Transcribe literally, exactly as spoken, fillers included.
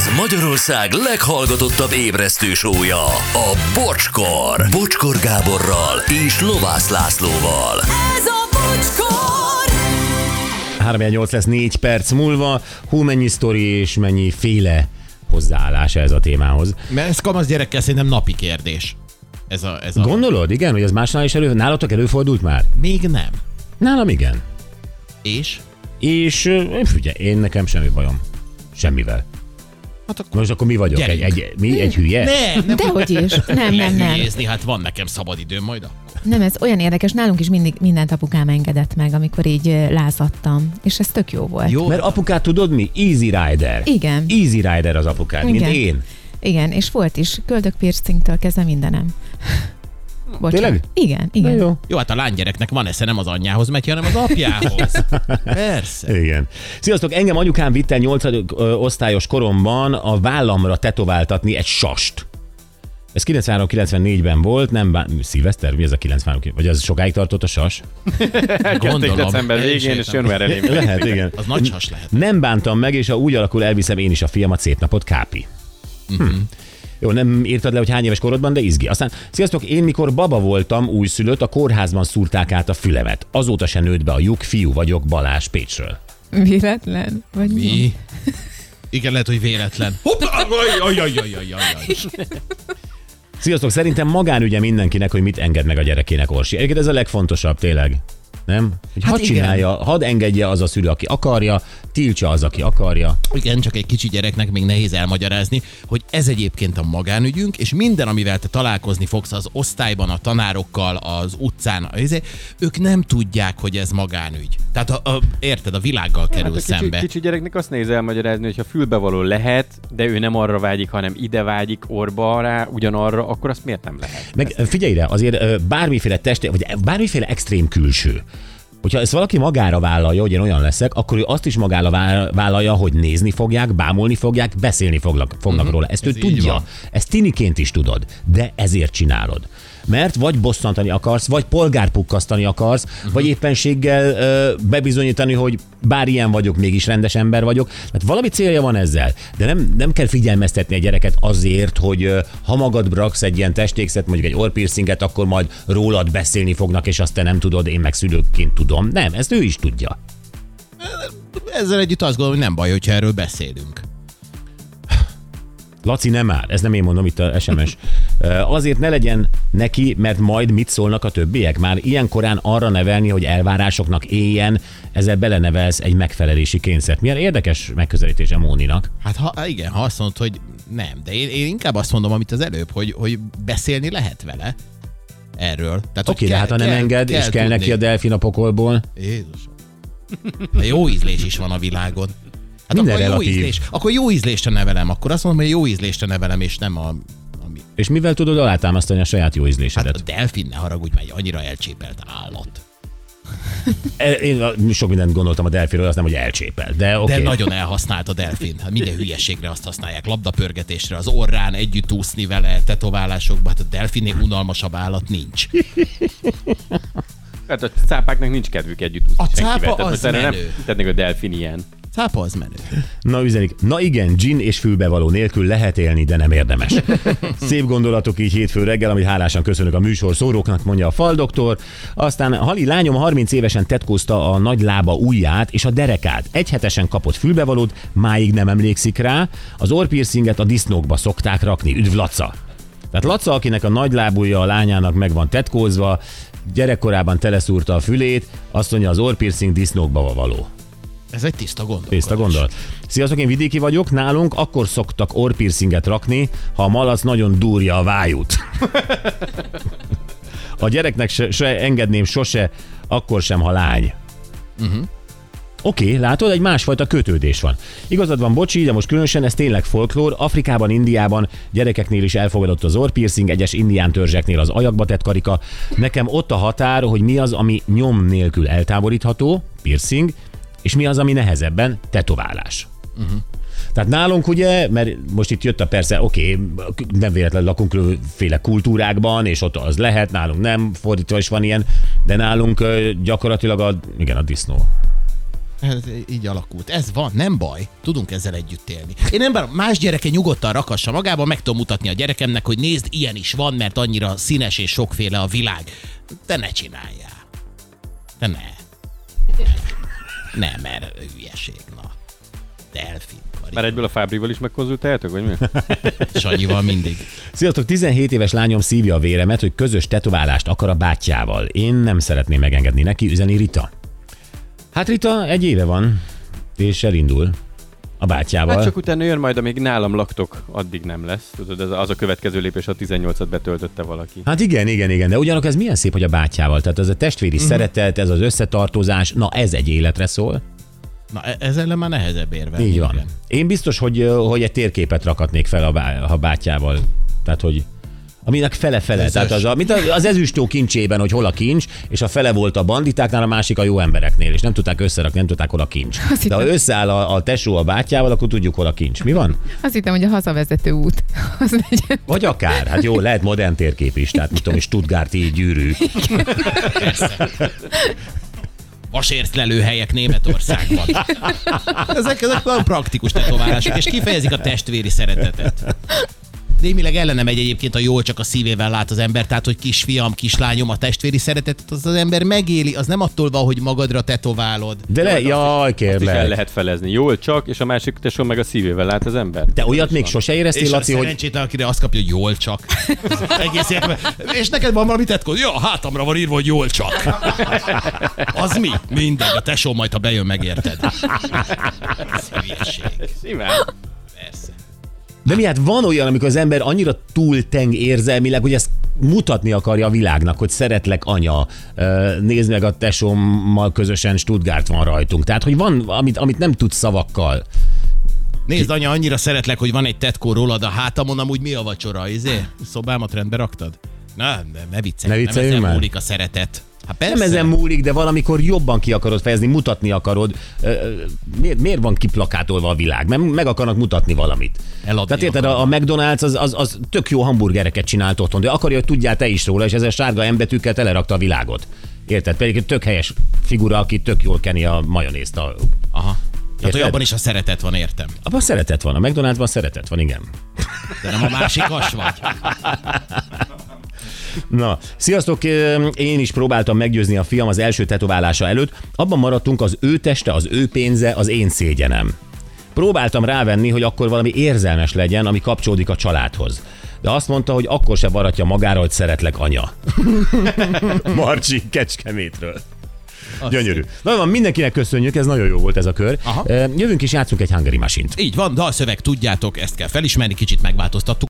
Ez Magyarország leghallgatottabb ébresztő show-ja, a Bocskor. Bocskor Gáborral és Lovász Lászlóval. Ez a Bocskor! három nyolc lesz négy perc múlva. Hú, mennyi sztori és mennyi féle hozzáállása ez a témához. Mert ez kamasz gyerekkel szerintem napi kérdés. Ez a, ez a... Gondolod, igen, hogy ez másnál is elő... Nálatok előfordult már? Még nem. Nálam igen. És? És figyelj, én nekem semmi bajom. Semmivel. Hát akkor... Most akkor mi vagyok? Egy, egy, mi? Egy hülye? Nem, nem. Dehogy is. Nem, nem, nem. Hülyézni, hát van nekem szabadidőm majd akkor. Nem, ez olyan érdekes, nálunk is mindig mindent apukám engedett meg, amikor így lázadtam, és ez tök jó volt. Jó. Mert apukát tudod mi? Easy Rider. Igen. Easy Rider az apukát, mint Igen. én. Igen, és volt is köldökpiercingtől kezdve mindenem. Bocsánat. Tényleg? Igen, igen. Jó. Jó, hát a lánygyereknek van esze, nem az anyjához megy, hanem az apjához. Persze. Igen. Sziasztok, engem anyukám vitt el nyolcadik osztályos koromban a vállamra tetováltatni egy sast. Ez kilencvenhárom kilencvennégyben volt, nem bá... Szilveszter? Mi ez a kilencvenhárom? Vagy az sokáig tartott a sas? Gondolom. December végén és január elején. Lehet, igen. Az nagy sas lehet. Nem bántam meg, és ha úgy alakul, elviszem én is a fiamat. Szép napot, Kápi. Uh-huh. Hm. Jó, nem írtad le, hogy hány éves korodban, de izgi. Aztán, sziasztok, én mikor baba voltam, újszülött, a kórházban szúrták át a fülemet. Azóta se nőtt be a lyuk, fiú vagyok, Balázs Pécsről. Véletlen? Vagy mi? Mi? Igen, lehet, hogy véletlen. Hoppá! Aj, aj, aj, aj, aj. Sziasztok, szerintem magánügye mindenkinek, hogy mit enged meg a gyerekének, Orsi. Egyébként ez a legfontosabb, tényleg. Nem? Hogy Hát hadd igen. csinálja, hadd engedje az a szülő, aki akarja, tiltsa az, aki akarja. Igen, csak egy kicsi gyereknek még nehéz elmagyarázni, hogy ez egyébként a magánügyünk, és minden, amivel te találkozni fogsz az osztályban, a tanárokkal, az utcán, ők nem tudják, hogy ez magánügy. Tehát a, a, érted, a világgal kerül Hát a kicsi, szembe. kicsi gyereknek azt nehéz elmagyarázni, hogy ha fülbevaló lehet, de ő nem arra vágyik, hanem ide vágyik, orba rá, ugyanarra, akkor azt miért nem lehet? Meg figyelj ide, azért ö, bármiféle teste, vagy bármiféle extrém külső. Hogyha ezt valaki magára vállalja, hogy én olyan leszek, akkor ő azt is magára vállalja, hogy nézni fogják, bámulni fogják, beszélni fognak, fognak uh-huh. róla. Ezt Ez ő így tudja. van. Ezt tiniként is tudod, de ezért csinálod. Mert vagy bosszantani akarsz, vagy polgárpukkasztani akarsz, uh-huh. vagy éppenséggel ö, bebizonyítani, hogy bár ilyen vagyok, mégis rendes ember vagyok. Mert valami célja van ezzel. De nem, nem kell figyelmeztetni a gyereket azért, hogy ö, ha magad raksz egy ilyen testékszet, mondjuk egy orrpiercinget, akkor majd rólad beszélni fognak, és azt te nem tudod, én meg szülőként tudom. Nem, ezt ő is tudja. Ezzel együtt azt gondolom, hogy nem baj, hogyha erről beszélünk. Laci, nem már, ez nem én mondom, itt a es em es. Azért ne legyen neki, mert majd mit szólnak a többiek? Már ilyen korán arra nevelni, hogy elvárásoknak éljen, ezzel belenevelsz egy megfelelési kényszert. Milyen érdekes megközelítése Móninak. Hát ha, igen, ha azt mondod, hogy nem, de én, én inkább azt mondom, amit az előbb, hogy, hogy beszélni lehet vele erről. Oké, okay, de hát ha nem enged, és kell neki a delfin a pokolból. Jézusom. De jó ízlés is van a világon. Hát Minden akkor jó, relatív. ízlés, akkor jó ízlésre nevelem, akkor azt mondom, hogy jó ízlésre nevelem, és nem a... Ami... És mivel tudod alátámasztani a saját jó ízlésedet? Hát a delfin, ne haragudj, mert annyira elcsépelt állat. Én sok mindent gondoltam a delfinről, azt nem, hogy elcsépel. De, okay. De nagyon elhasznált a delfin. Hát minden hülyeségre azt használják. Labdapörgetésre, az orrán, együtt úszni vele, tetoválásokba. Hát a delfinnél unalmasabb állat nincs. Hát a cápáknak nincs kedvük együtt úszni A senkivel. cápa Tehát az most erre nem menő. tennék a delfin ilyen. Cápa az menő. Na üzenik, na igen, gin és fülbevaló nélkül lehet élni, de nem érdemes. Szép gondolatok így hétfő reggel, amit hálásan köszönök a műsor szóróknak, mondja a faldoktor. Aztán Hali lányom harminc évesen tetkózta a nagy lába ujját és a derekát. Egyhetesen kapott fülbevalót, máig nem emlékszik rá. Az orrpiercinget a disznókba szokták rakni. Üdv Laca! Tehát Laca, akinek a nagy lábúja a lányának meg van tetkózva, gyerekkorában teleszúrta a fülét, azt mondja, az orrpiercing disznókba való. Ez egy tiszta gondolat. Tiszta gondolat. Sziasztok, én vidéki vagyok, nálunk akkor szoktak orrpiercinget rakni, ha a malac nagyon durja a vájút. A gyereknek se, se engedném sose, akkor sem, ha lány. Uh-huh. Oké, okay, látod, egy másfajta kötődés van. Igazad van, bocsi, de most különösen ez tényleg folklór. Afrikában, Indiában gyerekeknél is elfogadott az orrpiercing, egyes indián törzseknél az ajakba tett karika. Nekem ott a határ, hogy mi az, ami nyom nélkül eltávolítható, piercing, és mi az, ami nehezebben, tetoválás. Uh-huh. Tehát nálunk ugye, mert most itt jött a persze, oké, okay, nem véletlenül lakunk különféle kultúrákban, és ott az lehet, nálunk nem, fordítva is van ilyen, de nálunk gyakorlatilag a, igen, a disznó. Ez így alakult. Ez van, nem baj. Tudunk ezzel együtt élni. Én nem bánom, más gyereke nyugodtan rakassa magába, meg tudom mutatni a gyerekemnek, hogy nézd, ilyen is van, mert annyira színes és sokféle a világ. Te ne csináljál. Te ne. Nem, mert hülyeség, na. Delfin. Már egyből a Fábrival is megkonzultáljátok, vagy mi? Sanyival mindig. Sziasztok, tizenhét éves lányom szívja a véremet, hogy közös tetoválást akar a bátyjával. Én nem szeretném megengedni neki, üzeni Rita. Hát Rita egy éve van, és elindul a bátyjával. Hát csak utána jön majd, amíg nálam laktok, addig nem lesz. Tudod, ez az a következő lépés, ha tizennyolcat betöltötte valaki. Hát igen, igen, igen, de ugyanakkor ez milyen szép, hogy a bátyjával. Tehát ez a testvéri uh-huh. szeretet, ez az összetartozás, na ez egy életre szól. Na, ez ellen már nehezebb érvelni. Így van. Igen. Én biztos, hogy, hogy egy térképet rakatnék fel a, bá, a bátyjával. Tehát, hogy aminek fele-fele. Ez Tehát az, a, mint az ezüstó kincsében, hogy hol a kincs, és a fele volt a banditáknál, a másik a jó embereknél, és nem tudták összerakni, nem tudták, hol a kincs. De ha összeáll a, a tesó a bátyjával, akkor tudjuk, hol a kincs. Mi van? Azt hittem, hogy a hazavezető út. Az legyen. Vagy akár. Hát jó, lehet modern térkép is. Tehát, mit tudom, Stuttgarti gyűrű. Vasérclelő helyek Németországban. Ezek, ezek nagyon praktikus tetoválások, és kifejezik a testvéri szeretetet. Némileg ellene megy egyébként, a jól csak a szívével lát az ember, tehát, hogy kisfiam, kislányom, a testvéri szeretetet, az az ember megéli, az nem attól van, hogy magadra tetoválod. De le, jaj, kérlek. El lehet felezni. Jól csak, és a másik tesó meg a szívével lát az ember. Te olyat még sose éreztél, és Laci, hogy... szerencsétlen, akire azt kapja, hogy jól csak. Egész érve. És neked van valami tetkod? Ja, hátamra van írva, hogy jól csak. Az mi? Mindegy, a tesó majd, ha bejön, megérted. Ez hülyeség. Simán. Persze. De mi, hát van olyan, amikor az ember annyira túlteng érzelmileg, hogy ezt mutatni akarja a világnak, hogy szeretlek, anya, nézd meg, a tesómmal közösen Stuttgart van rajtunk. Tehát, hogy van, amit, amit nem tudsz szavakkal. Nézd, anya, annyira szeretlek, hogy van egy tetkó rólad a hátamon, amúgy mi a vacsora, izé? Szobámat rendbe raktad? Na, ne, ne viccelj, ne viccelj, nem ezen már. múlik a szeretet. Hát persze. Nem ezen múlik, de valamikor jobban ki akarod fejezni, mutatni akarod. Miért, miért van kiplakátolva a világ? Mert meg akarnak mutatni valamit. Eladni Tehát érted, a, a McDonald's az, az, az tök jó hamburgereket csinált otthon, de akarja, hogy tudjál te is róla, és ezzel sárga M betűkkel telerakta a világot. Érted? Pedig egy tök helyes figura, aki tök jól keni a majonézt. A... Aha. Tehát, hogy abban is a szeretet van, értem. Abban szeretet van, a McDonald'sban szeretet van, igen. De nem a másikas vagy. Na, sziasztok! Én is próbáltam meggyőzni a fiam az első tetoválása előtt. Abban maradtunk, az ő teste, az ő pénze, az én szégyenem. Próbáltam rávenni, hogy akkor valami érzelmes legyen, ami kapcsolódik a családhoz. De azt mondta, hogy akkor se varatja magára, hogy szeretlek, anya. Marcsi Kecskemétről. Gyönyörű. Na van, mindenkinek köszönjük, ez nagyon jó volt ez a kör. Aha. Jövünk és játszunk egy Hungary Machine-t. Így van, dalszöveg, tudjátok, ezt kell felismerni, kicsit megváltoztattuk